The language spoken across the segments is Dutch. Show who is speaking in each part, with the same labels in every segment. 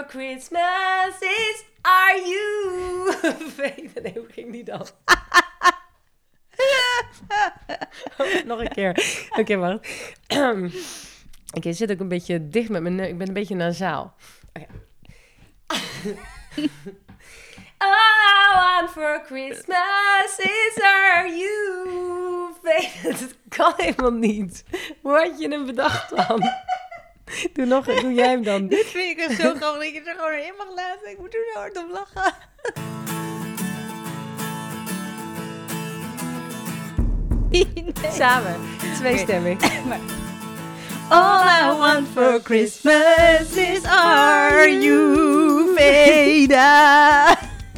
Speaker 1: Christmas is are you. Nee, hoe ging die dan? Nog een keer. Oké, wacht. Ik zit ook een beetje dicht met mijn neus. Ik ben een beetje nasaal. Okay. All I want for Christmas is are you. Dat kan helemaal niet. Hoe had je hem bedacht dan? Doe jij hem dan.
Speaker 2: Dit vind ik echt zo grappig dat je er gewoon in mag laten. Ik moet er zo hard op lachen. Nee.
Speaker 1: Samen. Tweestemmig.
Speaker 2: Maar... All I want for Christmas is are you, Veda.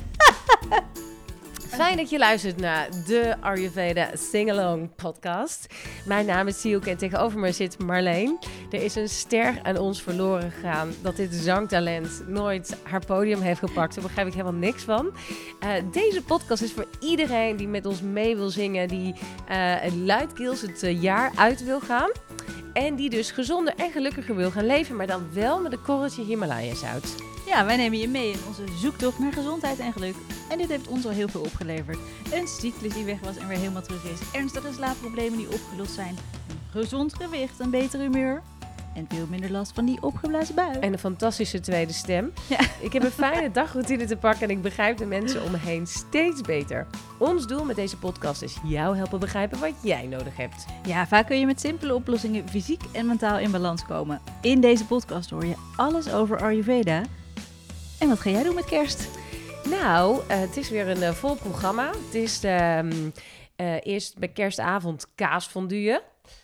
Speaker 1: Fijn dat je luistert naar de Ayurveda Sing-Along podcast. Mijn naam is Sielke en tegenover me zit Marleen. Er is een ster aan ons verloren gegaan dat dit zangtalent nooit haar podium heeft gepakt. Daar begrijp ik helemaal niks van. Deze podcast is voor iedereen die met ons mee wil zingen, die luidkeels het jaar uit wil gaan. En die dus gezonder en gelukkiger wil gaan leven, maar dan wel met een korreltje Himalaya-zout.
Speaker 2: Ja, wij nemen je mee in onze zoektocht naar gezondheid en geluk. En dit heeft ons al heel veel opgeleverd. Een cyclus die weg was en weer helemaal terug is. Ernstige slaapproblemen die opgelost zijn. Een gezond gewicht, een beter humeur. En veel minder last van die opgeblazen bui.
Speaker 1: En een fantastische tweede stem.
Speaker 2: Ja.
Speaker 1: Ik heb een fijne dagroutine te pakken en ik begrijp de mensen om me heen steeds beter. Ons doel met deze podcast is jou helpen begrijpen wat jij nodig hebt.
Speaker 2: Ja, vaak kun je met simpele oplossingen fysiek en mentaal in balans komen. In deze podcast hoor je alles over Ayurveda. En wat ga jij doen met kerst?
Speaker 1: Nou, het is weer een vol programma. Het is eerst bij kerstavond kaasfondue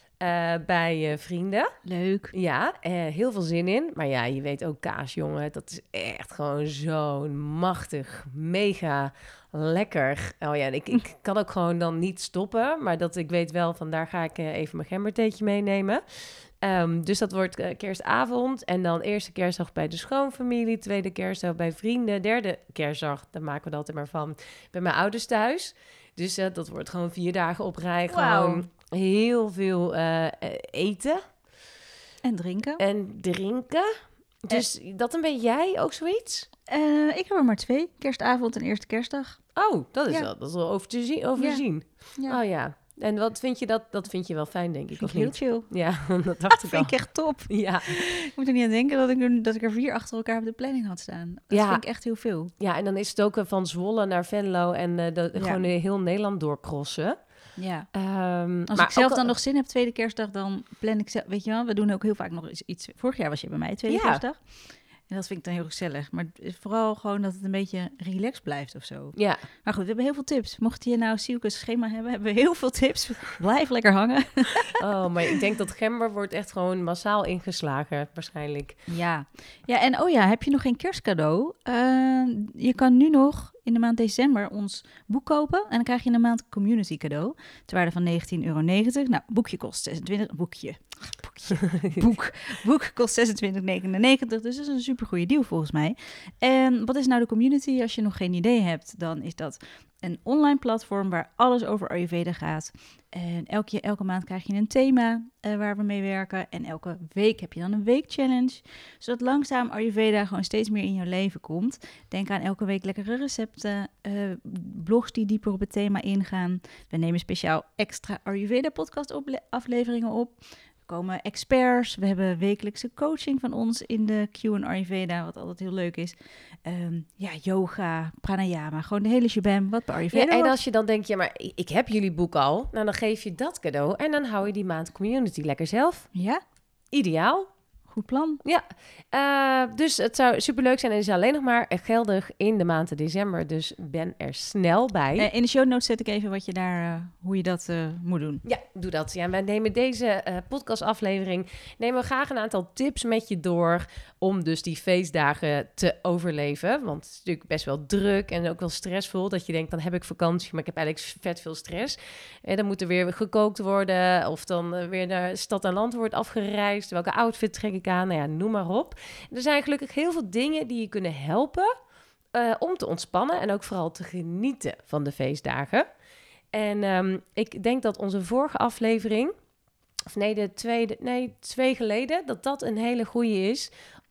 Speaker 1: bij vrienden.
Speaker 2: Leuk.
Speaker 1: Ja, heel veel zin in. Maar ja, je weet ook kaas, jongen. Dat is echt gewoon zo'n machtig, mega lekker. Oh ja, en ik kan ook gewoon dan niet stoppen. Maar ik weet wel, van daar ga ik even mijn gembertheetje meenemen. Dus dat wordt kerstavond. En dan eerste kerstdag bij de schoonfamilie. Tweede kerstdag bij vrienden. Derde kerstdag, daar maken we dat altijd maar van, bij mijn ouders thuis. Dus dat wordt gewoon 4 dagen op rij.
Speaker 2: Wow.
Speaker 1: Gewoon heel veel eten.
Speaker 2: En drinken.
Speaker 1: En drinken. Dus dat een beetje jij ook zoiets?
Speaker 2: Ik heb er maar 2. Kerstavond en eerste kerstdag.
Speaker 1: Oh, dat is wel overzien.
Speaker 2: Ja.
Speaker 1: Oh ja. En wat vind je dat vind je wel fijn, denk ik,
Speaker 2: Vind
Speaker 1: of
Speaker 2: ik heel
Speaker 1: niet?
Speaker 2: chill.
Speaker 1: Ja, dat dacht
Speaker 2: Dat
Speaker 1: ik al.
Speaker 2: vind ik echt top.
Speaker 1: Ja.
Speaker 2: Ik moet er niet aan denken dat ik er 4 achter elkaar op de planning had staan. Dat
Speaker 1: Ja.
Speaker 2: vind ik echt heel veel.
Speaker 1: Ja, en dan is het ook van Zwolle naar Venlo en gewoon heel Nederland doorcrossen.
Speaker 2: Ja.
Speaker 1: Als
Speaker 2: Als ik zelf dan nog zin heb, tweede kerstdag, dan plan ik zelf. Weet je wel, we doen ook heel vaak nog iets. Vorig jaar was je bij mij, tweede kerstdag. En dat vind ik dan heel gezellig. Maar het is vooral gewoon dat het een beetje relaxed blijft of zo.
Speaker 1: Ja.
Speaker 2: Maar goed, we hebben heel veel tips. Mocht je nou Sielke's schema hebben we heel veel tips. Blijf lekker hangen.
Speaker 1: Oh, maar ik denk dat gember wordt echt gewoon massaal ingeslagen, waarschijnlijk.
Speaker 2: Ja. Ja, en heb je nog geen kerstcadeau? Je kan nu nog in de maand december ons boek kopen. En dan krijg je in de maand community cadeau. Ter waarde van €19,90. Nou, boekje kost 26... Boek kost €26,99. Dus dat is een supergoeie deal volgens mij. En wat is nou de community? Als je nog geen idee hebt, dan is dat een online platform waar alles over Ayurveda gaat. En elke maand krijg je een thema waar we mee werken. En elke week heb je dan een weekchallenge. Zodat langzaam Ayurveda gewoon steeds meer in jouw leven komt. Denk aan elke week lekkere recepten. Blogs die dieper op het thema ingaan. We nemen speciaal extra Ayurveda podcast afleveringen op. Er komen experts. We hebben wekelijkse coaching van ons in de Q&A Ayurveda, wat altijd heel leuk is. Yoga, pranayama, gewoon de hele shebam wat bij Ayurveda
Speaker 1: Ja, en
Speaker 2: hoort.
Speaker 1: als je dan denkt, ja, maar ik heb jullie boek al. Nou, dan geef je dat cadeau en dan hou je die maand community lekker zelf.
Speaker 2: Ja,
Speaker 1: Ideaal.
Speaker 2: goed plan.
Speaker 1: Ja, dus het zou superleuk zijn en is alleen nog maar geldig in de maand december. Dus ben er snel bij.
Speaker 2: In de show notes zet ik even hoe je dat moet doen.
Speaker 1: Ja, doe dat. Ja, wij nemen deze podcastaflevering, nemen we graag een aantal tips met je door om dus die feestdagen te overleven. Want het is natuurlijk best wel druk en ook wel stressvol dat je denkt, dan heb ik vakantie, maar ik heb eigenlijk vet veel stress. En dan moet er weer gekookt worden of dan weer naar stad en land wordt afgereisd. Welke outfit trek ik aan? Nou ja, noem maar op. Er zijn gelukkig heel veel dingen die je kunnen helpen om te ontspannen en ook vooral te genieten van de feestdagen. En ik denk dat onze vorige aflevering, twee geleden, dat een hele goede is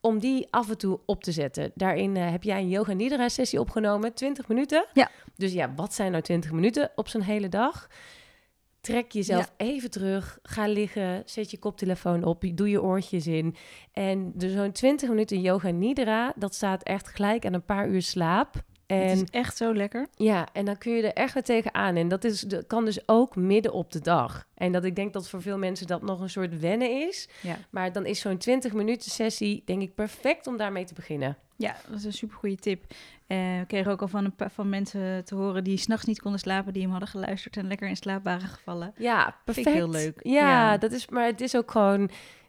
Speaker 1: om die af en toe op te zetten. Daarin heb jij een yoga nidra sessie opgenomen, 20 minuten.
Speaker 2: Ja.
Speaker 1: Dus ja, wat zijn nou 20 minuten op zo'n hele dag? Trek jezelf even terug, ga liggen, zet je koptelefoon op, doe je oortjes in. En dus zo'n 20 minuten yoga nidra, dat staat echt gelijk aan een paar uur slaap. En
Speaker 2: Het is echt zo lekker.
Speaker 1: ja, en dan kun je er echt weer tegenaan. En dat kan dus ook midden op de dag. En dat ik denk dat voor veel mensen dat nog een soort wennen is.
Speaker 2: Ja.
Speaker 1: Maar dan is zo'n 20 minuten sessie, denk ik, perfect om daarmee te beginnen.
Speaker 2: Ja, dat is een supergoeie tip. We kregen ook al van mensen te horen die 's nachts niet konden slapen, die hem hadden geluisterd en lekker in slaap waren gevallen.
Speaker 1: Ja, perfect.
Speaker 2: Vind ik heel leuk.
Speaker 1: Ja, dat is, maar het is ook gewoon...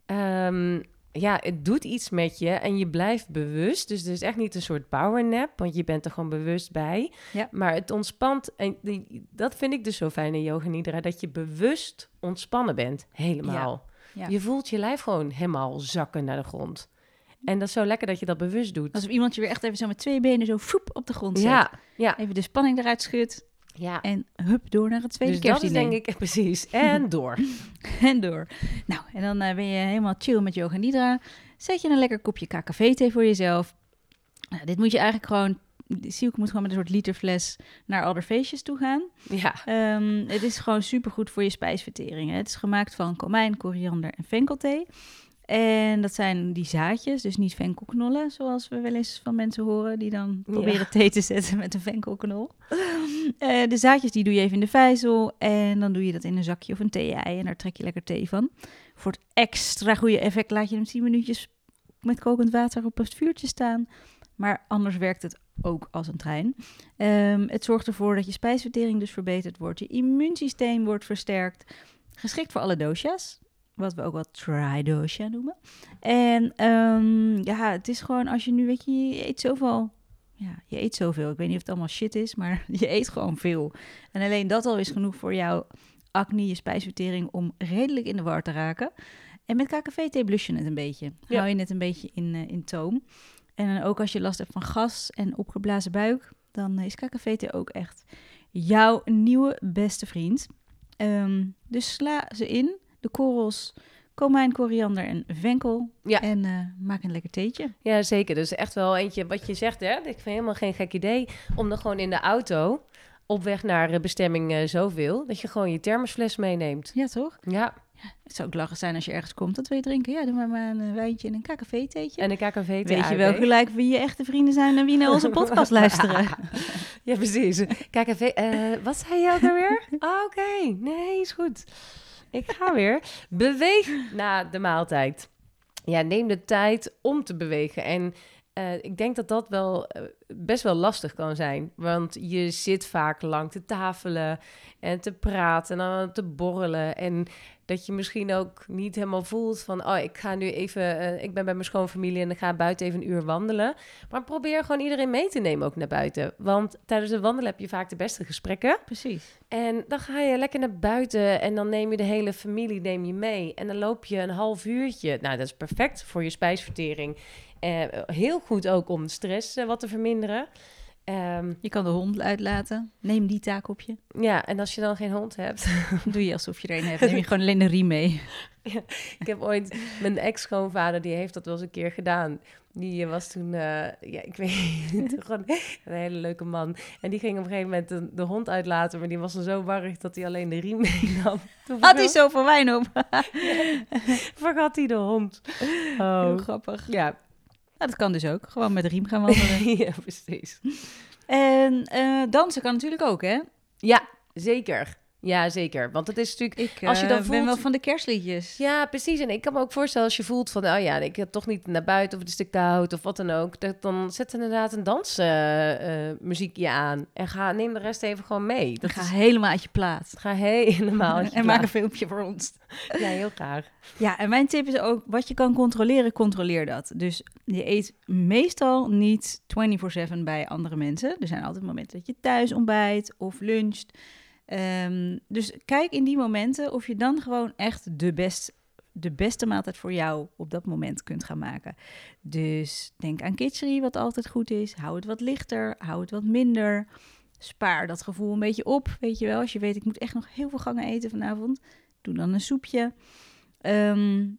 Speaker 1: ja, het doet iets met je en je blijft bewust. Dus het is echt niet een soort powernap, want je bent er gewoon bewust bij.
Speaker 2: Ja.
Speaker 1: Maar het ontspant. En dat vind ik dus zo fijn in yoga nidra, dat je bewust ontspannen bent. Helemaal.
Speaker 2: Ja.
Speaker 1: Je voelt je lijf gewoon helemaal zakken naar de grond. En dat is zo lekker dat je dat bewust doet.
Speaker 2: Alsof iemand je weer echt even zo met 2 benen zo foep op de grond zet.
Speaker 1: Ja.
Speaker 2: Even de spanning eruit schudt.
Speaker 1: Ja.
Speaker 2: En hup, door naar het tweede
Speaker 1: Dus dat is
Speaker 2: kerstdiner.
Speaker 1: denk ik precies. En door.
Speaker 2: En door. Nou, en dan ben je helemaal chill met yoga nidra. Zet je een lekker kopje KKV-thee voor jezelf. Nou, dit moet je eigenlijk gewoon... Sielke moet gewoon met een soort literfles naar al de feestjes toe gaan.
Speaker 1: Ja.
Speaker 2: Het is gewoon supergoed voor je spijsvertering. Hè. Het is gemaakt van komijn, koriander en venkelthee. En dat zijn die zaadjes, dus niet venkelknollen, zoals we wel eens van mensen horen die dan proberen thee te zetten met een venkelknol. De zaadjes die doe je even in de vijzel en dan doe je dat in een zakje of een thee-ei en daar trek je lekker thee van. Voor het extra goede effect laat je hem 10 minuutjes met kokend water op het vuurtje staan. Maar anders werkt het ook als een trein. Het zorgt ervoor dat je spijsvertering dus verbeterd wordt, je immuunsysteem wordt versterkt, geschikt voor alle dosha's. Wat we ook wel tridosha noemen. En ja, het is gewoon als je nu, weet je eet zoveel. Ja, je eet zoveel. Ik weet niet of het allemaal shit is, maar je eet gewoon veel. En alleen dat al is genoeg voor jouw acne, je spijsvertering, om redelijk in de war te raken. En met KKV-thee blush je het een beetje.
Speaker 1: Ja.
Speaker 2: Hou je het een beetje in toom. En dan ook als je last hebt van gas en opgeblazen buik, dan is KKV-thee ook echt jouw nieuwe beste vriend. Dus sla ze in. De korrels, komijn, koriander en venkel.
Speaker 1: Ja.
Speaker 2: En maak een lekker theetje.
Speaker 1: Ja, zeker. Dus echt wel eentje wat je zegt, hè. Ik vind helemaal geen gek idee om dan gewoon in de auto op weg naar bestemming zoveel, dat je gewoon je thermosfles meeneemt.
Speaker 2: Ja, toch?
Speaker 1: Ja.
Speaker 2: Het zou ook lachen zijn als je ergens komt. Dat wil je drinken? Ja, doe maar een wijntje en een KKV-theetje.
Speaker 1: En een KKV-thee.
Speaker 2: Weet je wel gelijk wie je echte vrienden zijn en wie naar onze podcast luisteren.
Speaker 1: Ja, precies. KKV, wat zei je ook alweer? Oké. Nee, is goed. Ik ga weer. Beweeg na de maaltijd. Ja, neem de tijd om te bewegen. En ik denk dat dat wel best wel lastig kan zijn. Want je zit vaak lang te tafelen en te praten en dan te borrelen. En dat je misschien ook niet helemaal voelt van... oh, ik ga nu even... ik ben bij mijn schoonfamilie en ik ga buiten even een uur wandelen. Maar probeer gewoon iedereen mee te nemen ook naar buiten. Want tijdens het wandelen heb je vaak de beste gesprekken.
Speaker 2: Precies.
Speaker 1: En dan ga je lekker naar buiten en dan neem je de hele familie mee. En dan loop je een half uurtje. Nou, dat is perfect voor je spijsvertering. Heel goed ook om de stress wat te verminderen.
Speaker 2: Je kan de hond uitlaten. Neem die taak op je.
Speaker 1: Ja, en als je dan geen hond hebt...
Speaker 2: Doe je alsof je er een hebt. Neem je gewoon alleen de riem mee.
Speaker 1: Ja, ik heb ooit... Mijn ex-schoonvader, die heeft dat wel eens een keer gedaan. Die was toen... ja, ik weet niet, gewoon een hele leuke man. En die ging op een gegeven moment de hond uitlaten... maar die was dan zo warrig dat hij alleen de riem meenam.
Speaker 2: Had hij zoveel wijn op?
Speaker 1: Vergat hij de hond. Oh.
Speaker 2: Heel grappig.
Speaker 1: Ja.
Speaker 2: Nou, dat kan dus ook. Gewoon met de riem gaan wandelen.
Speaker 1: Ja, precies.
Speaker 2: En dansen kan natuurlijk ook, hè?
Speaker 1: Ja, zeker. Ja, zeker. Want het is natuurlijk...
Speaker 2: Ik
Speaker 1: als je dan voelt...
Speaker 2: ben wel van de kerstliedjes.
Speaker 1: Ja, precies. En ik kan me ook voorstellen als je voelt van... oh ja, ik heb toch niet naar buiten of het is te koud of wat dan ook. Dan zet inderdaad een dansmuziekje aan. En neem de rest even gewoon mee.
Speaker 2: Ga helemaal uit je plaat.
Speaker 1: Ga helemaal uit je
Speaker 2: En maak een filmpje voor ons.
Speaker 1: Ja, heel graag.
Speaker 2: Ja, en mijn tip is ook... wat je kan controleren, controleer dat. Dus je eet meestal niet 24/7 bij andere mensen. Er zijn altijd momenten dat je thuis ontbijt of luncht... dus kijk in die momenten of je dan gewoon echt de beste maaltijd voor jou op dat moment kunt gaan maken. Dus denk aan kitchery, wat altijd goed is. Hou het wat lichter, hou het wat minder. Spaar dat gevoel een beetje op, weet je wel. Als je weet, ik moet echt nog heel veel gangen eten vanavond. Doe dan een soepje.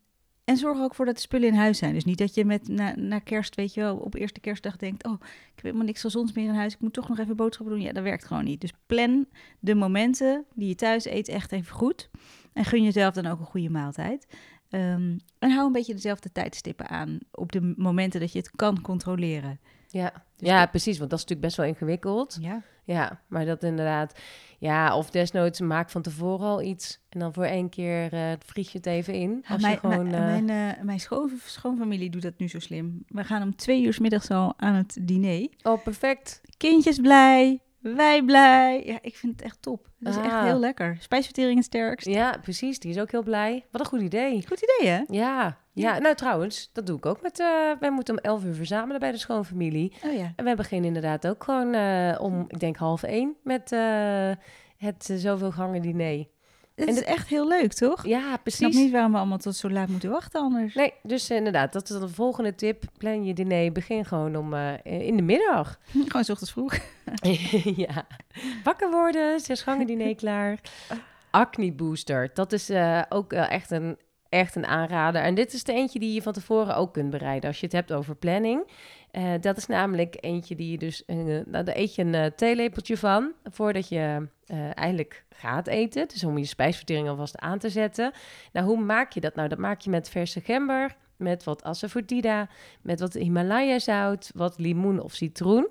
Speaker 2: En zorg er ook voor dat de spullen in huis zijn. Dus niet dat je na kerst, weet je wel, op eerste kerstdag denkt... oh, ik heb helemaal niks gezonds meer in huis. Ik moet toch nog even boodschappen doen. Ja, dat werkt gewoon niet. Dus plan de momenten die je thuis eet echt even goed. En gun jezelf dan ook een goede maaltijd. En hou een beetje dezelfde tijdstippen aan op de momenten dat je het kan controleren.
Speaker 1: Ja,
Speaker 2: Dus
Speaker 1: ja, precies, want dat is natuurlijk best wel ingewikkeld.
Speaker 2: Ja.
Speaker 1: Ja, maar dat inderdaad... Ja, of desnoods maak van tevoren al iets en dan voor 1 keer vries je het even in. Als je gewoon...
Speaker 2: Mijn schoonfamilie doet dat nu zo slim. We gaan om 2 uur 's middags al aan het diner.
Speaker 1: Oh, perfect.
Speaker 2: Kindjes blij, wij blij. Ja, ik vind het echt top. Het is echt heel lekker. Spijsvertering is sterkst.
Speaker 1: Ja, precies. Die is ook heel blij. Wat een goed idee.
Speaker 2: Goed idee, hè?
Speaker 1: Ja, nou trouwens, dat doe ik ook met... wij moeten om 11 uur verzamelen bij de schoonfamilie.
Speaker 2: Oh ja.
Speaker 1: En we beginnen inderdaad ook gewoon om, ik denk 12:30 met het zoveel gangen diner.
Speaker 2: Het is echt heel leuk, toch?
Speaker 1: Ja,
Speaker 2: Ik
Speaker 1: precies.
Speaker 2: snap niet waarom we allemaal tot zo laat moeten wachten anders.
Speaker 1: Nee, dus inderdaad, dat is dan de volgende tip. Plan je diner, begin gewoon om in de middag.
Speaker 2: Gewoon 's ochtends vroeg.
Speaker 1: Ja, wakker worden, 6 gangen diner klaar. Acne Booster, dat is ook echt een aanrader. En dit is de eentje die je van tevoren ook kunt bereiden als je het hebt over planning. Dat is namelijk eentje die je dus... daar eet je een theelepeltje van voordat je eigenlijk gaat eten. Dus om je spijsvertering alvast aan te zetten. Nou, hoe maak je dat? Nou, dat maak je met verse gember, met wat asafoetida, met wat Himalaya-zout, wat limoen of citroen.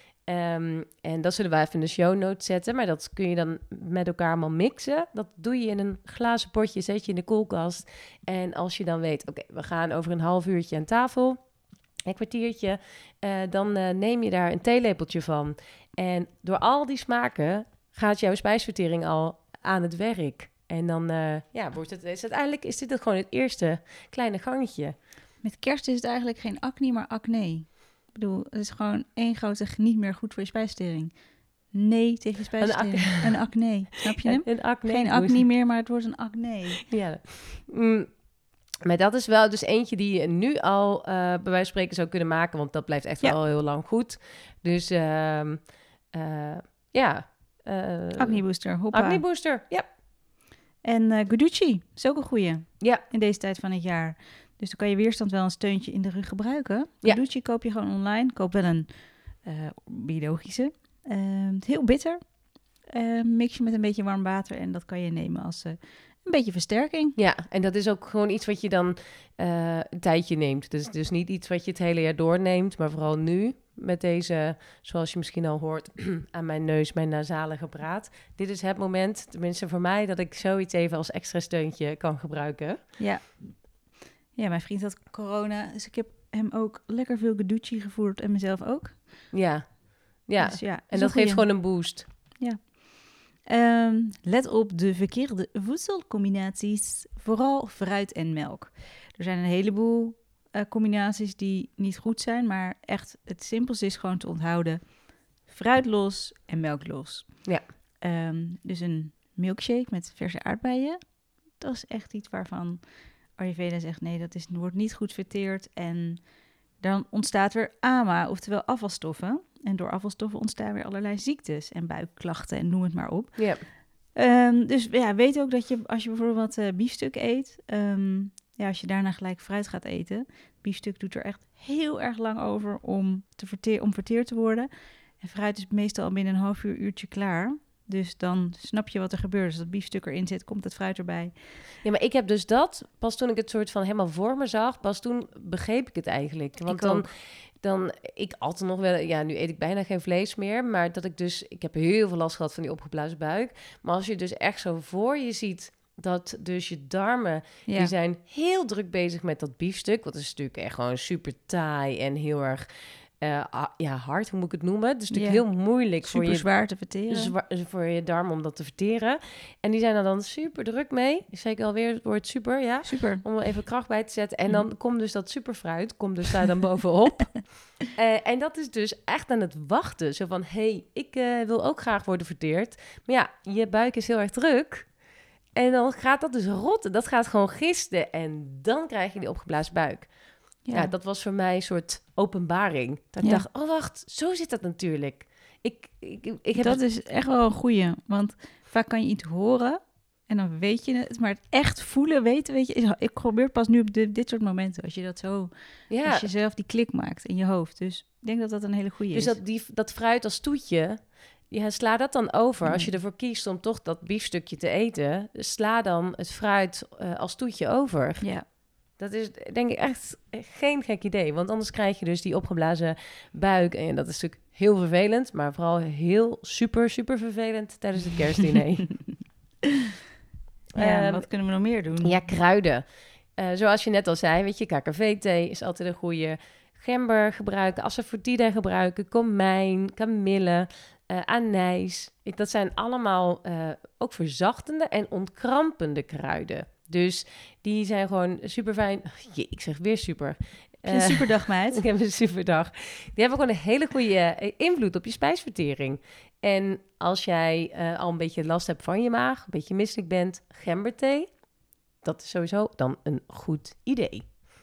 Speaker 1: En dat zullen we even in de show notes zetten. Maar dat kun je dan met elkaar allemaal mixen. Dat doe je in een glazen potje, zet je in de koelkast. En als je dan weet, oké, we gaan over een half uurtje aan tafel, een kwartiertje, dan neem je daar een theelepeltje van. En door al die smaken gaat jouw spijsvertering al aan het werk. En dan is dit gewoon het eerste kleine gangetje.
Speaker 2: Met kerst is het eigenlijk geen acne, maar acne. Ik bedoel, het is gewoon één grote niet meer goed voor je spijsvertering. Nee tegen spijsvertering. Een acne. Snap je hem?
Speaker 1: Een acne.
Speaker 2: Geen acne meer, maar het wordt een acne.
Speaker 1: Ja. Maar dat is wel dus eentje die je nu al bij wijze van spreken zou kunnen maken, want dat blijft echt wel heel lang goed. Dus
Speaker 2: Acne Booster, hoppa.
Speaker 1: Acne Booster, ja.
Speaker 2: En Guducci is ook een goeie.
Speaker 1: Ja.
Speaker 2: In deze tijd van het jaar. Dus dan kan je weerstand wel een steuntje in de rug gebruiken.
Speaker 1: Ja.
Speaker 2: Guducci koop je gewoon online. Koop wel een biologische. Heel bitter. Mix je met een beetje warm water en dat kan je nemen als een beetje versterking.
Speaker 1: Ja, en dat is ook gewoon iets wat je dan een tijdje neemt. Dus niet iets wat je het hele jaar doorneemt, maar vooral nu met deze, zoals je misschien al hoort, aan mijn neus, mijn nasale gepraat. Dit is het moment, tenminste voor mij, dat ik zoiets even als extra steuntje kan gebruiken.
Speaker 2: Ja. Ja, mijn vriend had corona, dus ik heb hem ook lekker veel Guducci gevoerd en mezelf ook.
Speaker 1: Ja.
Speaker 2: Dus
Speaker 1: En dat geeft gewoon een boost.
Speaker 2: Ja. Let op de verkeerde voedselcombinaties, vooral fruit en melk. Er zijn een heleboel combinaties die niet goed zijn, maar echt het simpelste is gewoon te onthouden. Fruit los en melk los.
Speaker 1: Ja.
Speaker 2: Dus een milkshake met verse aardbeien, dat is echt iets waarvan Ayurveda zegt nee, dat wordt niet goed verteerd en dan ontstaat weer AMA, oftewel afvalstoffen. En door afvalstoffen ontstaan weer allerlei ziektes en buikklachten en noem het maar op.
Speaker 1: Ja.
Speaker 2: Dus ja, weet ook dat je als je bijvoorbeeld biefstuk eet, als je daarna gelijk fruit gaat eten, biefstuk doet er echt heel erg lang over om verteerd te worden. En fruit is meestal al binnen een half uurtje klaar. Dus dan snap je wat er gebeurt. Als dat biefstuk erin zit, komt het fruit erbij.
Speaker 1: Ja, maar ik heb dus pas toen ik het soort van helemaal voor me zag, pas toen begreep ik het eigenlijk. Want dan ik altijd nog wel, ja, nu eet ik bijna geen vlees meer, maar ik heb heel veel last gehad van die opgeblazen buik. Maar als je dus echt zo voor je ziet dat dus je darmen, die zijn heel druk bezig met dat biefstuk, want het is natuurlijk echt gewoon super taai en heel erg hard, hoe moet ik het noemen? Het is natuurlijk heel moeilijk
Speaker 2: super zwaar te verteren.
Speaker 1: Voor je darmen om dat te verteren. En die zijn er dan super druk mee. Ik zei alweer het woord super, ja.
Speaker 2: Super.
Speaker 1: Om er even kracht bij te zetten. En dan komt dus dat superfruit, daar dan bovenop. En dat is dus echt aan het wachten. Zo van, ik wil ook graag worden verteerd. Maar ja, je buik is heel erg druk. En dan gaat dat dus rotten. Dat gaat gewoon gisten. En dan krijg je die opgeblazen buik. Ja, dat was voor mij een soort openbaring. Dat ik dacht, oh wacht, zo zit dat natuurlijk.
Speaker 2: Dat is echt wel een goeie. Want vaak kan je iets horen En dan weet je het, maar het echt voelen, weten, weet je, ik probeer pas nu op dit soort momenten, als je dat zo, als je zelf die klik maakt in je hoofd. Dus ik denk dat dat een hele goede is.
Speaker 1: Dus dat fruit als toetje, sla dat dan over. Als je ervoor kiest om toch dat biefstukje te eten, sla dan het fruit als toetje over.
Speaker 2: Ja.
Speaker 1: Dat is denk ik echt geen gek idee. Want anders krijg je dus die opgeblazen buik. En dat is natuurlijk heel vervelend. Maar vooral heel super, super vervelend tijdens het kerstdiner.
Speaker 2: Wat kunnen we nog meer doen?
Speaker 1: Ja, kruiden. Zoals je net al zei, weet je, KKV-thee is altijd een goede. Gember gebruiken, asafoetida gebruiken, komijn, kamille, anijs. Dat zijn allemaal ook verzachtende en ontkrampende kruiden. Dus die zijn gewoon super fijn. Ik zeg weer super.
Speaker 2: Een superdag, meid.
Speaker 1: Ik heb een superdag. Die hebben gewoon een hele goede invloed op je spijsvertering. En als jij al een beetje last hebt van je maag, een beetje misselijk bent, gemberthee, dat is sowieso dan een goed idee.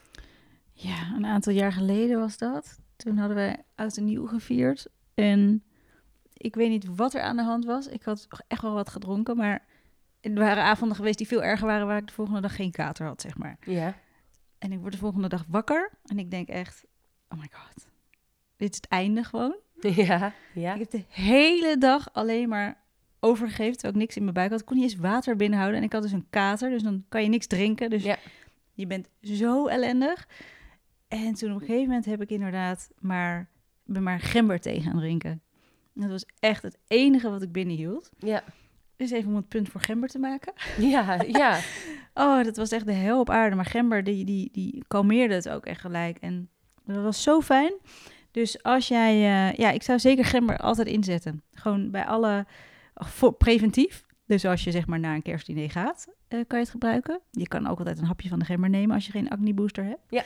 Speaker 2: Ja, een aantal jaar geleden was dat. Toen hadden wij oud en nieuw gevierd. En ik weet niet wat er aan de hand was. Ik had echt wel wat gedronken, maar er waren avonden geweest die veel erger waren, waar ik de volgende dag geen kater had, zeg maar.
Speaker 1: Ja.
Speaker 2: En ik word de volgende dag wakker en ik denk echt, oh my god, dit is het einde gewoon.
Speaker 1: Ja.
Speaker 2: Ik heb de hele dag alleen maar overgegeven, terwijl ik niks in mijn buik had. Ik kon niet eens water binnenhouden en ik had dus een kater, dus dan kan je niks drinken. Dus je bent zo ellendig. En toen op een gegeven moment heb ik inderdaad maar gemberthee gaan drinken. En dat was echt het enige wat ik binnenhield.
Speaker 1: Ja.
Speaker 2: Dus even om het punt voor gember te maken.
Speaker 1: Ja.
Speaker 2: Oh, dat was echt de hel op aarde. Maar gember, die kalmeerde het ook echt gelijk. En dat was zo fijn. Dus als jij... ik zou zeker gember altijd inzetten. Gewoon bij alle... preventief. Dus als je zeg maar naar een kerstdiner gaat, kan je het gebruiken. Je kan ook altijd een hapje van de gember nemen als je geen acne booster hebt.
Speaker 1: Ja.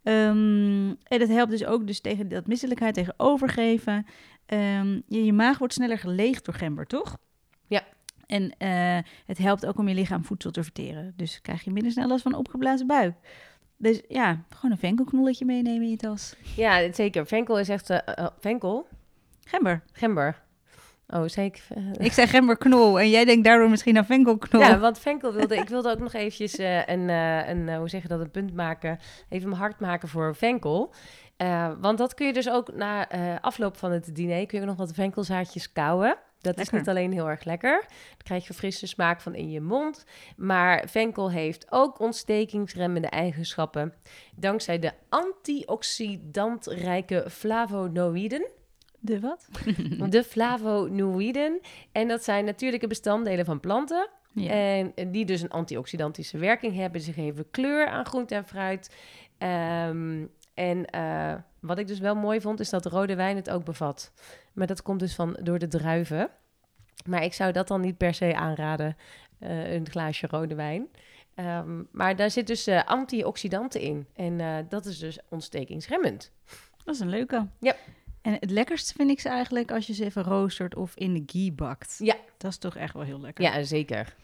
Speaker 2: En dat helpt dus ook dus tegen dat misselijkheid, tegen overgeven. Je maag wordt sneller geleegd door gember, toch?
Speaker 1: Ja.
Speaker 2: En het helpt ook om je lichaam voedsel te verteren. Dus krijg je minder snel last van een opgeblazen buik. Dus ja, gewoon een venkelknolletje meenemen in je tas.
Speaker 1: Ja, zeker. Venkel is echt... venkel? Gember. Oh, zeker.
Speaker 2: Ik zei gemberknol en jij denkt daardoor misschien aan venkelknol.
Speaker 1: Ja, want venkel ik wilde ook nog eventjes hoe zeg je dat, een punt maken. Even mijn hart maken voor venkel. Want dat kun je dus ook na afloop van het diner, kun je ook nog wat venkelzaadjes kauwen. Dat is niet alleen heel erg lekker. Dan krijg je frisse smaak van in je mond. Maar venkel heeft ook ontstekingsremmende eigenschappen. Dankzij de antioxidantrijke flavonoïden.
Speaker 2: De wat?
Speaker 1: De flavonoïden. En dat zijn natuurlijke bestanddelen van planten. Ja. En die dus een antioxidantische werking hebben. Ze geven kleur aan groente en fruit. Wat ik dus wel mooi vond, is dat rode wijn het ook bevat. Maar dat komt dus door de druiven. Maar ik zou dat dan niet per se aanraden, een glaasje rode wijn. Maar daar zit dus antioxidanten in. En dat is dus ontstekingsremmend.
Speaker 2: Dat is een leuke.
Speaker 1: Ja.
Speaker 2: En het lekkerste vind ik ze eigenlijk als je ze even roostert of in de ghee bakt.
Speaker 1: Ja.
Speaker 2: Dat is toch echt wel heel lekker.
Speaker 1: Ja, zeker.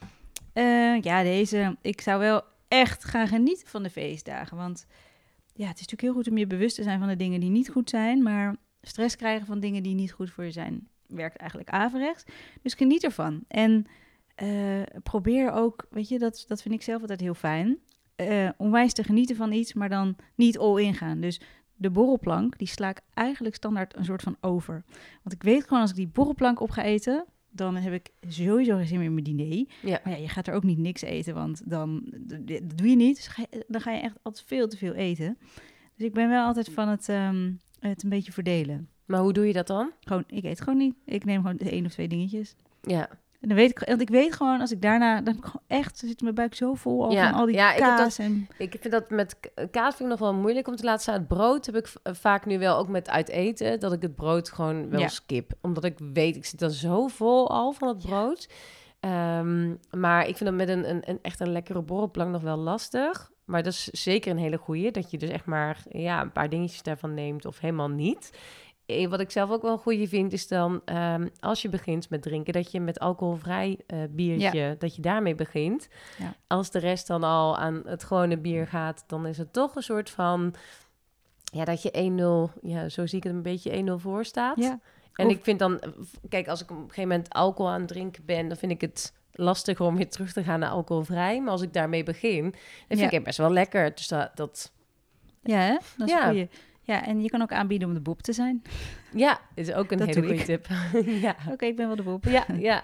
Speaker 2: Ik zou wel echt gaan genieten van de feestdagen. Want ja, het is natuurlijk heel goed om je bewust te zijn van de dingen die niet goed zijn. Maar stress krijgen van dingen die niet goed voor je zijn, werkt eigenlijk averechts. Dus geniet ervan. En probeer ook, weet je, dat vind ik zelf altijd heel fijn. Onwijs te genieten van iets, maar dan niet all in gaan. Dus de borrelplank, die sla ik eigenlijk standaard een soort van over. Want ik weet gewoon, als ik die borrelplank op ga eten, dan heb ik sowieso geen zin meer in mijn diner.
Speaker 1: Ja.
Speaker 2: Maar ja, je gaat er ook niet niks eten, want dat doe je niet. Dus dan ga je echt altijd veel te veel eten. Dus ik ben wel altijd van het een beetje verdelen.
Speaker 1: Maar hoe doe je dat dan?
Speaker 2: Gewoon, ik eet gewoon niet. Ik neem gewoon 1 of 2 dingetjes.
Speaker 1: Ja.
Speaker 2: En dan weet ik, want ik weet gewoon, als ik daarna, dan heb ik gewoon echt, zit mijn buik zo vol van al die kaas.
Speaker 1: Ik vind dat met kaas vind ik nog wel moeilijk om te laten staan. Het brood heb ik vaak nu wel ook met uit eten, dat ik het brood gewoon wel skip. Omdat ik weet, ik zit dan zo vol al van het brood. Maar ik vind dat met echt een lekkere borrelplank nog wel lastig. Maar dat is zeker een hele goeie, dat je dus echt maar een paar dingetjes daarvan neemt of helemaal niet. Wat ik zelf ook wel een goeie vind, is dan als je begint met drinken, dat je met alcoholvrij biertje, dat je daarmee begint. Ja. Als de rest dan al aan het gewone bier gaat, dan is het toch een soort van, dat je 1-0, zo zie ik het een beetje 1-0 voor staat. Ja. En ik vind dan, kijk, als ik op een gegeven moment alcohol aan het drinken ben, dan vind ik het lastiger om weer terug te gaan naar alcoholvrij. Maar als ik daarmee begin, dan vind ik het best wel lekker. Dus dat...
Speaker 2: Ja, hè? Dat is een goeie. Ja, en je kan ook aanbieden om de bob te zijn.
Speaker 1: Ja, is ook een hele goede tip. Ja.
Speaker 2: Oké, ik ben wel de bob.
Speaker 1: Ja.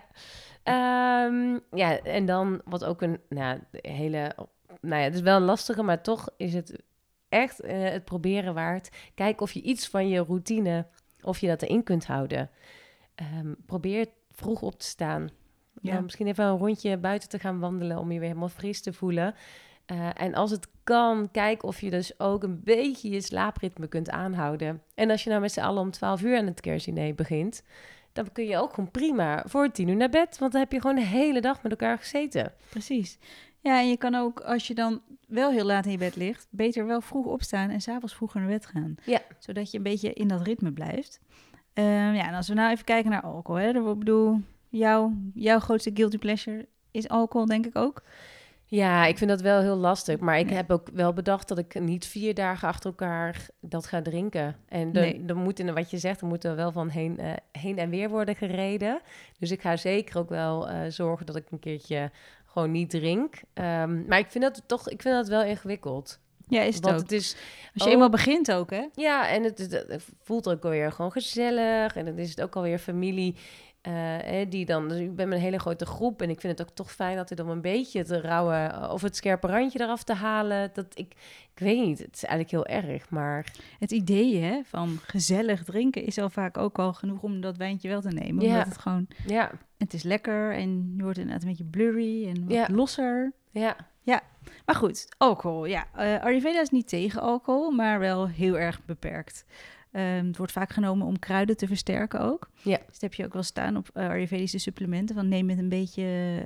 Speaker 1: Ja, en dan wat ook een hele... Nou ja, het is wel een lastige, maar toch is het echt het proberen waard. Kijk of je iets van je routine, of je dat erin kunt houden. Probeer vroeg op te staan.
Speaker 2: Ja.
Speaker 1: Nou, misschien even een rondje buiten te gaan wandelen om je weer helemaal fris te voelen. En als het kan, kijk of je dus ook een beetje je slaapritme kunt aanhouden. En als je nou met z'n allen om 12 uur aan het kerstdiner begint, dan kun je ook gewoon prima voor 10 uur naar bed. Want dan heb je gewoon de hele dag met elkaar gezeten.
Speaker 2: Precies. Ja, en je kan ook, als je dan wel heel laat in je bed ligt, beter wel vroeg opstaan en 's avonds vroeger naar bed gaan.
Speaker 1: Ja.
Speaker 2: Zodat je een beetje in dat ritme blijft. En als we nou even kijken naar alcohol. Hè, ik bedoel, jouw grootste guilty pleasure is alcohol, denk ik ook.
Speaker 1: Ja, ik vind dat wel heel lastig. Maar ik heb ook wel bedacht dat ik niet 4 dagen achter elkaar dat ga drinken. En dan moet, wat je zegt, er moet er wel van heen en weer worden gereden. Dus ik ga zeker ook wel zorgen dat ik een keertje gewoon niet drink. Maar ik vind dat wel ingewikkeld.
Speaker 2: Ja, is het
Speaker 1: Want
Speaker 2: ook.
Speaker 1: Het is
Speaker 2: als je eenmaal begint ook, hè?
Speaker 1: Ja, en het voelt ook alweer gewoon gezellig. En dan is het ook alweer familie die dan... Dus ik ben met een hele grote groep. En ik vind het ook toch fijn dat om een beetje het rauwe of het scherpe randje eraf te halen. Ik weet niet, het is eigenlijk heel erg, maar...
Speaker 2: Het idee hè, van gezellig drinken is al vaak ook al genoeg om dat wijntje wel te nemen.
Speaker 1: Ja.
Speaker 2: Omdat het gewoon...
Speaker 1: Ja.
Speaker 2: Het is lekker en je wordt inderdaad een beetje blurry en wat losser.
Speaker 1: Ja.
Speaker 2: Ja, maar goed, alcohol. Ja, Ayurveda is niet tegen alcohol, maar wel heel erg beperkt. Het wordt vaak genomen om kruiden te versterken ook.
Speaker 1: Ja.
Speaker 2: Dus dat heb je ook wel staan op Ayurvedische supplementen. Van neem met een beetje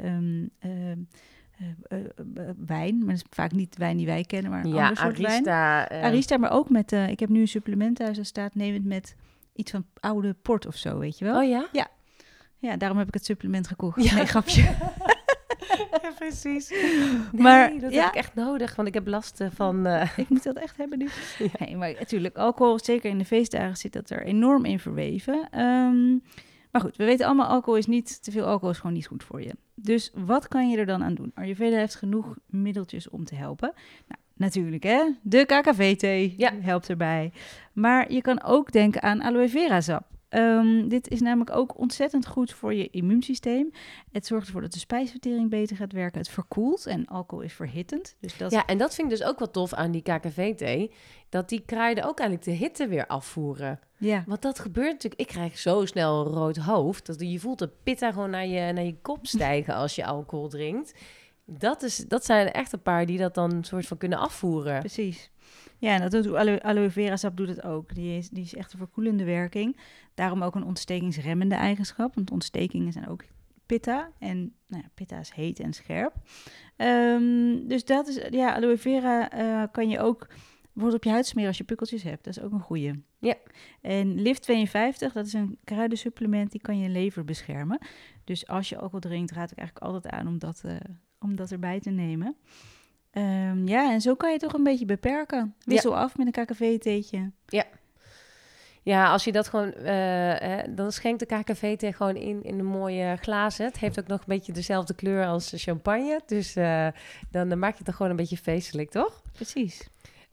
Speaker 2: wijn. Maar dat is vaak niet wijn die wij kennen, maar een ander soort
Speaker 1: Arista,
Speaker 2: wijn. Arista, maar ook met... ik heb nu een supplement thuis, daar staat neem het met iets van oude port of zo, weet je wel?
Speaker 1: Oh ja?
Speaker 2: Ja, daarom heb ik het supplement gekocht. Ja. Nee, grapje.
Speaker 1: Ja, precies.
Speaker 2: Maar
Speaker 1: dat heb ik echt nodig, want ik heb last van...
Speaker 2: Ik moet dat echt hebben nu.
Speaker 1: Ja.
Speaker 2: Nee, maar natuurlijk, alcohol, zeker in de feestdagen, zit dat er enorm in verweven. Maar goed, we weten allemaal, alcohol is niet... Te veel alcohol is gewoon niet goed voor je. Dus wat kan je er dan aan doen? Ayurveda heeft genoeg middeltjes om te helpen. Nou, natuurlijk, hè? De KKV-thee helpt erbij. Maar je kan ook denken aan aloe vera sap. Dit is namelijk ook ontzettend goed voor je immuunsysteem. Het zorgt ervoor dat de spijsvertering beter gaat werken. Het verkoelt en alcohol is verhittend. Dus dat...
Speaker 1: Ja, en dat vind ik dus ook wel tof aan die KKV-thee. Dat die kruiden ook eigenlijk de hitte weer afvoeren.
Speaker 2: Ja.
Speaker 1: Want dat gebeurt natuurlijk... Ik krijg zo snel een rood hoofd. Dat je voelt de pitta gewoon naar je kop stijgen als je alcohol drinkt. Dat zijn er echt een paar die dat dan een soort van kunnen afvoeren.
Speaker 2: Precies. Ja, en dat doet aloe vera sap doet het ook. Die is echt een verkoelende werking. Daarom ook een ontstekingsremmende eigenschap. Want ontstekingen zijn ook pitta. En pitta is heet en scherp. Dus dat is... Ja, aloe vera kan je ook bijvoorbeeld op je huid smeren als je pukkeltjes hebt. Dat is ook een goeie.
Speaker 1: Ja.
Speaker 2: En LIF 52, dat is een kruidensupplement, die kan je lever beschermen. Dus als je alcohol drinkt, raad ik eigenlijk altijd aan om dat erbij te nemen. En zo kan je toch een beetje beperken. Wissel af met een KKV-theetje. Ja.
Speaker 1: Ja, als je dat gewoon... dan schenkt de KKV-thee gewoon in een mooie glazen. Het heeft ook nog een beetje dezelfde kleur als champagne. Dus dan maak je het gewoon een beetje feestelijk, toch?
Speaker 2: Precies.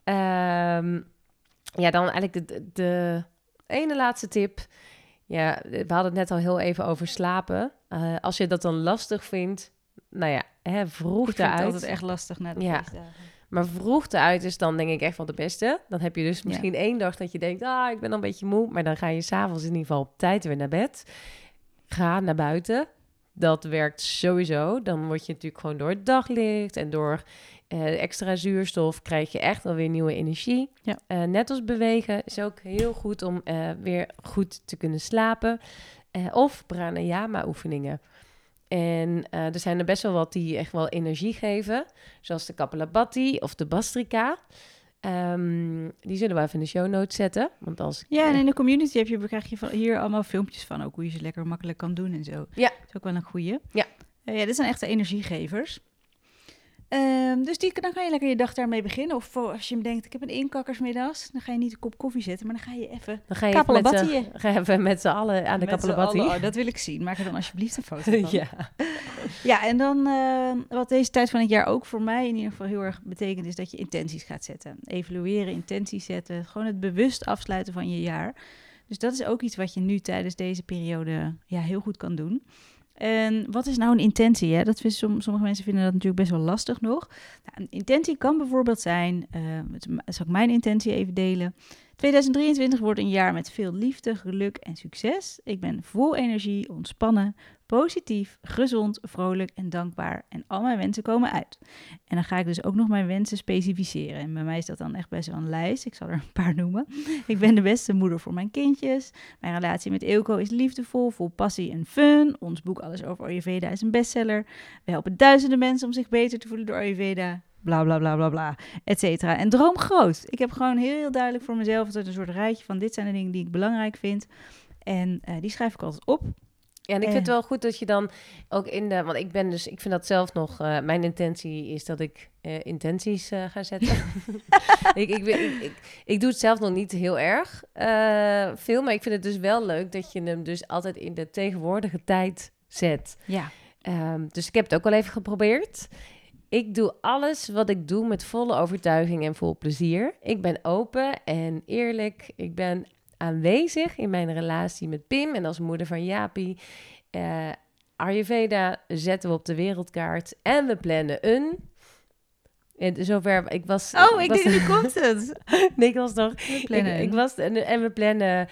Speaker 1: Dan eigenlijk de ene laatste tip. Ja, we hadden het net al heel even over slapen. Als je dat dan lastig vindt... vroeg eruit. Ik vind het
Speaker 2: altijd echt lastig na de feestdagen.
Speaker 1: Maar vroeg eruit is dan denk ik echt wel de beste. Dan heb je dus misschien 1 dag dat je denkt... ik ben al een beetje moe. Maar dan ga je 's avonds in ieder geval op tijd weer naar bed. Ga naar buiten. Dat werkt sowieso. Dan word je natuurlijk gewoon door het daglicht... en door extra zuurstof krijg je echt wel weer nieuwe energie. Ja. Net als bewegen is ook heel goed om weer goed te kunnen slapen. Of pranayama-oefeningen. En er zijn er best wel wat die echt wel energie geven. Zoals de Kapalabhati of de Bastrika. Die zullen we even in de show notes zetten. Want
Speaker 2: en in de community krijg je hier allemaal filmpjes van. Ook hoe je ze lekker makkelijk kan doen en zo.
Speaker 1: Ja.
Speaker 2: Dat is ook wel een goeie.
Speaker 1: Ja.
Speaker 2: Dit zijn echte energiegevers. Dus dan ga je lekker je dag daarmee beginnen. Of als je denkt, ik heb een inkakkersmiddags, dan ga je niet een kop koffie zetten, maar dan ga je even
Speaker 1: Ga je met z'n allen aan de Kapalabati.
Speaker 2: Oh, dat wil ik zien. Maak er dan alsjeblieft een foto van.
Speaker 1: Ja.
Speaker 2: Ja, en dan wat deze tijd van het jaar ook voor mij in ieder geval heel erg betekent, is dat je intenties gaat zetten. Evalueren, intenties zetten. Gewoon het bewust afsluiten van je jaar. Dus dat is ook iets wat je nu tijdens deze periode heel goed kan doen. En wat is nou een intentie? Hè? Sommige mensen vinden dat natuurlijk best wel lastig nog. Nou, een intentie kan bijvoorbeeld zijn, zal ik mijn intentie even delen. 2023 wordt een jaar met veel liefde, geluk en succes. Ik ben vol energie, ontspannen, positief, gezond, vrolijk en dankbaar. En al mijn wensen komen uit. En dan ga ik dus ook nog mijn wensen specificeren. En bij mij is dat dan echt best wel een lijst. Ik zal er een paar noemen. Ik ben de beste moeder voor mijn kindjes. Mijn relatie met Eelco is liefdevol, vol passie en fun. Ons boek Alles over Ayurveda is een bestseller. We helpen duizenden mensen om zich beter te voelen door Ayurveda. Bla, bla, bla, bla, bla, et cetera. En droom groot. Ik heb gewoon heel duidelijk voor mezelf een soort rijtje van dit zijn de dingen die ik belangrijk vind. En die schrijf ik altijd op.
Speaker 1: Ja, en ik vind het wel goed dat je dan ook want ik vind dat zelf nog, mijn intentie is dat ik intenties ga zetten. ik doe het zelf nog niet heel erg veel, maar ik vind het dus wel leuk dat je hem dus altijd in de tegenwoordige tijd zet.
Speaker 2: Ja.
Speaker 1: Dus ik heb het ook al even geprobeerd. Ik doe alles wat ik doe met volle overtuiging en vol plezier. Ik ben open en eerlijk. Ik ben aanwezig in mijn relatie met Pim en als moeder van Jaapie. Ayurveda zetten we op de wereldkaart en we plannen een. En zover, ik was...
Speaker 2: Oh, ik denk, nu komt het.
Speaker 1: Nee, ik was nog...
Speaker 2: We plannen
Speaker 1: ik was en we plannen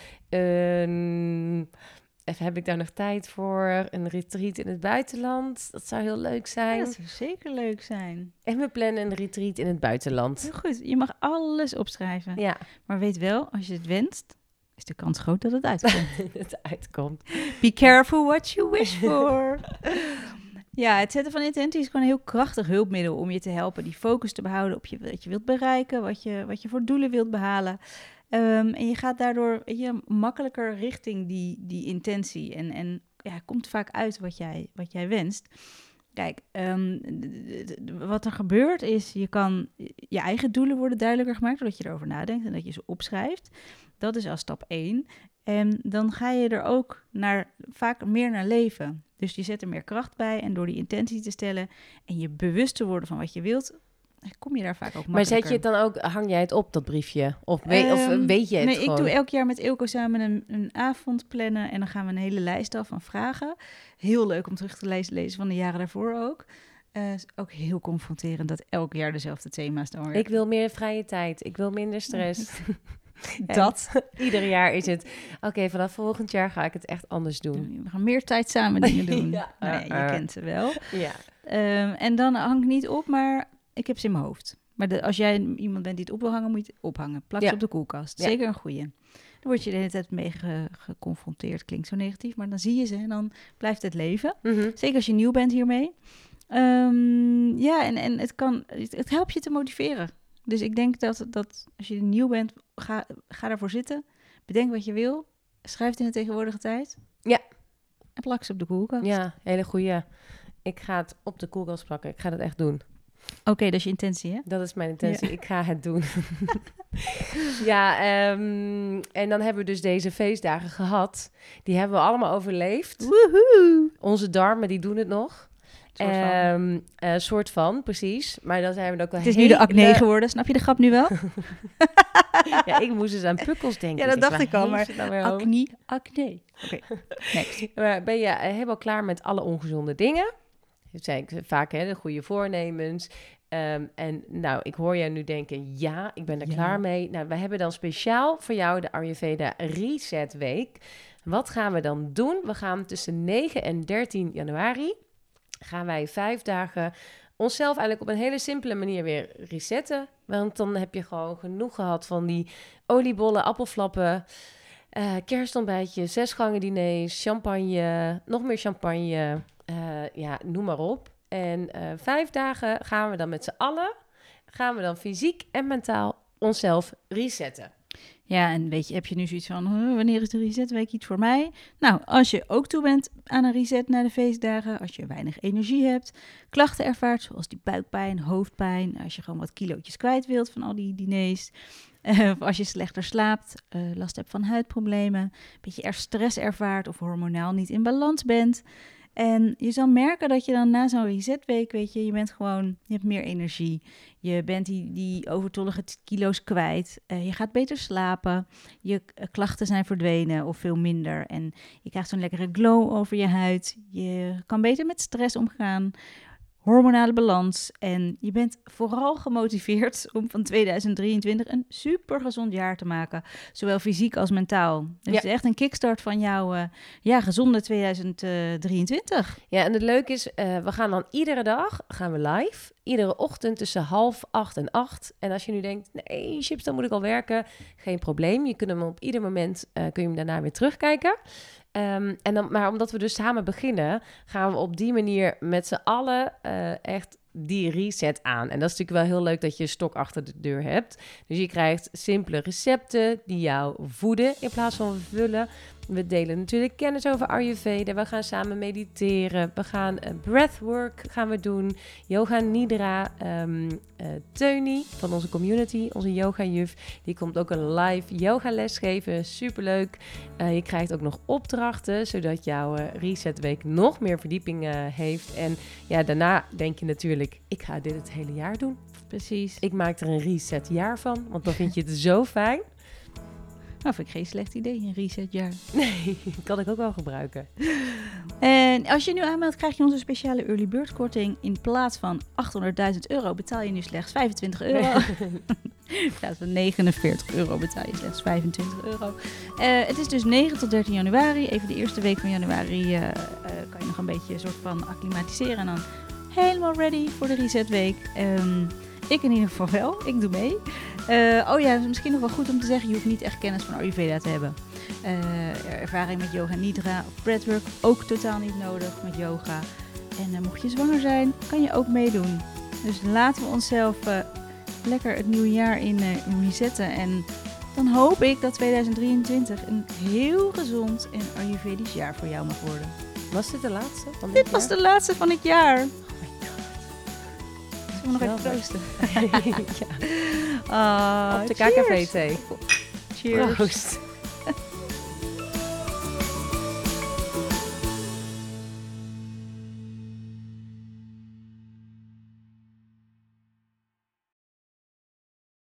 Speaker 1: even, heb ik daar nog tijd voor? Een retreat in het buitenland. Dat zou heel leuk zijn.
Speaker 2: Ja, dat zou zeker leuk zijn.
Speaker 1: En we plannen een retreat in het buitenland.
Speaker 2: Heel goed. Je mag alles opschrijven.
Speaker 1: Ja.
Speaker 2: Maar weet wel, als je het wenst, is de kans groot dat het uitkomt.
Speaker 1: Het uitkomt.
Speaker 2: Be careful what you wish for. Ja, het zetten van intenties is gewoon een heel krachtig hulpmiddel om je te helpen die focus te behouden op wat je wilt bereiken, wat je voor doelen wilt behalen. En je gaat daardoor makkelijker richting die intentie. En komt vaak uit wat jij wenst. Kijk, wat er gebeurt is, je eigen doelen worden duidelijker gemaakt doordat je erover nadenkt en dat je ze opschrijft. Dat is al stap 1. En dan ga je er ook vaak meer naar leven. Dus je zet er meer kracht bij en door die intentie te stellen en je bewust te worden van wat je wilt, kom je daar vaak ook makkelijker.
Speaker 1: Maar zet je het dan ook, hang jij het op, dat briefje? Of weet je het
Speaker 2: nee,
Speaker 1: gewoon?
Speaker 2: Nee, ik doe elk jaar met Eelco samen een avond plannen en dan gaan we een hele lijst af van vragen. Heel leuk om terug te lezen van de jaren daarvoor ook. Is ook heel confronterend dat elk jaar dezelfde thema's dan weer.
Speaker 1: Ik wil meer vrije tijd. Ik wil minder stress.
Speaker 2: Dat.
Speaker 1: Ieder jaar is het, oké, vanaf volgend jaar ga ik het echt anders doen.
Speaker 2: We gaan meer tijd samen dingen doen.
Speaker 1: Ja.
Speaker 2: Je kent ze wel.
Speaker 1: Ja.
Speaker 2: En dan hang ik niet op, maar ik heb ze in mijn hoofd. Maar als jij iemand bent die het op wil hangen, moet je het ophangen. Plak ze op de koelkast.
Speaker 1: Ja.
Speaker 2: Zeker een goeie. Dan word je de hele tijd mee geconfronteerd. Klinkt zo negatief, maar dan zie je ze en dan blijft het leven.
Speaker 1: Mm-hmm.
Speaker 2: Zeker als je nieuw bent hiermee. En het helpt je te motiveren. Dus ik denk dat als je nieuw bent, ga daarvoor zitten. Bedenk wat je wil. Schrijf het in de tegenwoordige tijd.
Speaker 1: Ja.
Speaker 2: En plak ze op de koelkast.
Speaker 1: Ja, hele goeie. Ik ga het op de koelkast plakken. Ik ga dat echt doen.
Speaker 2: Oké, dat is je intentie, hè?
Speaker 1: Dat is mijn intentie. Ja. Ik ga het doen. En dan hebben we dus deze feestdagen gehad. Die hebben we allemaal overleefd.
Speaker 2: Woehoe!
Speaker 1: Onze darmen, die doen het nog. Soort van, precies. Maar dan zijn we ook wel.
Speaker 2: Het is nu de acne geworden, snap je de grap nu wel?
Speaker 1: Ja, ik moest dus aan pukkels denken.
Speaker 2: Ja, dat dacht ik al, maar acne. Oké,
Speaker 1: next. Maar ben je helemaal klaar met alle ongezonde dingen? Dat zijn vaak de goede voornemens. En nou, ik hoor jou nu denken, ja, ik ben er klaar mee. Nou, we hebben dan speciaal voor jou de Ayurveda Reset Week. Wat gaan we dan doen? We gaan tussen 9 en 13 januari... gaan wij 5 dagen onszelf eigenlijk op een hele simpele manier weer resetten. Want dan heb je gewoon genoeg gehad van die oliebollen, appelflappen, kerstontbijtjes, 6 gangen diners, champagne, nog meer champagne, noem maar op. En 5 dagen gaan we dan met z'n allen, fysiek en mentaal onszelf resetten.
Speaker 2: Ja, en weet je, heb je nu zoiets van, wanneer is de resetweek iets voor mij? Nou, als je ook toe bent aan een reset na de feestdagen, als je weinig energie hebt, klachten ervaart, zoals die buikpijn, hoofdpijn, als je gewoon wat kilootjes kwijt wilt van al die diners, of als je slechter slaapt, last hebt van huidproblemen, een beetje stress ervaart of hormonaal niet in balans bent. En je zal merken dat je dan na zo'n resetweek, weet je bent gewoon, je hebt meer energie. Je bent die overtollige kilo's kwijt. Je gaat beter slapen. Je klachten zijn verdwenen of veel minder. En je krijgt zo'n lekkere glow over je huid. Je kan beter met stress omgaan. Hormonale balans. En je bent vooral gemotiveerd om van 2023 een super gezond jaar te maken. Zowel fysiek als mentaal. Dus het is echt een kickstart van jouw gezonde 2023.
Speaker 1: Ja, en het leuke is, we gaan dan iedere dag live. Iedere ochtend tussen 7:30 en 8. En als je nu denkt, nee, chips, dan moet ik al werken. Geen probleem. Je kunt hem op ieder moment, kun je hem daarna weer terugkijken. Maar omdat we dus samen beginnen, gaan we op die manier met z'n allen echt die reset aan. En dat is natuurlijk wel heel leuk dat je een stok achter de deur hebt. Dus je krijgt simpele recepten die jou voeden in plaats van vullen. We delen natuurlijk kennis over Ayurveda. We gaan samen mediteren. We gaan breathwork gaan we doen. Yoga Nidra. Teunie van onze community, onze yoga-juf, die komt ook een live yogales geven. Superleuk. Je krijgt ook nog opdrachten, zodat jouw resetweek nog meer verdieping heeft. En ja, daarna denk je natuurlijk, ik ga dit het hele jaar doen.
Speaker 2: Precies.
Speaker 1: Ik maak er een resetjaar van, want dan vind je het zo fijn.
Speaker 2: Nou, vind ik geen slecht idee, een resetjaar.
Speaker 1: Nee, kan ik ook wel gebruiken.
Speaker 2: En als je nu aanmeldt, krijg je onze speciale early bird korting. In plaats van €800.000 betaal je nu slechts €25. In plaats van €49 betaal je slechts €25. Het is dus 9 tot 13 januari. Even de eerste week van januari kan je nog een beetje een soort van acclimatiseren. En dan helemaal ready voor de resetweek. Ik in ieder geval wel. Ik doe mee. Misschien nog wel goed om te zeggen, je hoeft niet echt kennis van Ayurveda te hebben. Ervaring met yoga nidra of breathwork ook totaal niet nodig met yoga. En mocht je zwanger zijn, kan je ook meedoen. Dus laten we onszelf lekker het nieuwe jaar in resetten. En dan hoop ik dat 2023 een heel gezond en Ayurvedisch jaar voor jou mag worden.
Speaker 1: Was dit de laatste van
Speaker 2: Dit was de laatste van het jaar.
Speaker 1: Nog
Speaker 2: even proosten.
Speaker 1: Ja. Op de KKV-thee.
Speaker 2: Cheers.
Speaker 1: Proost.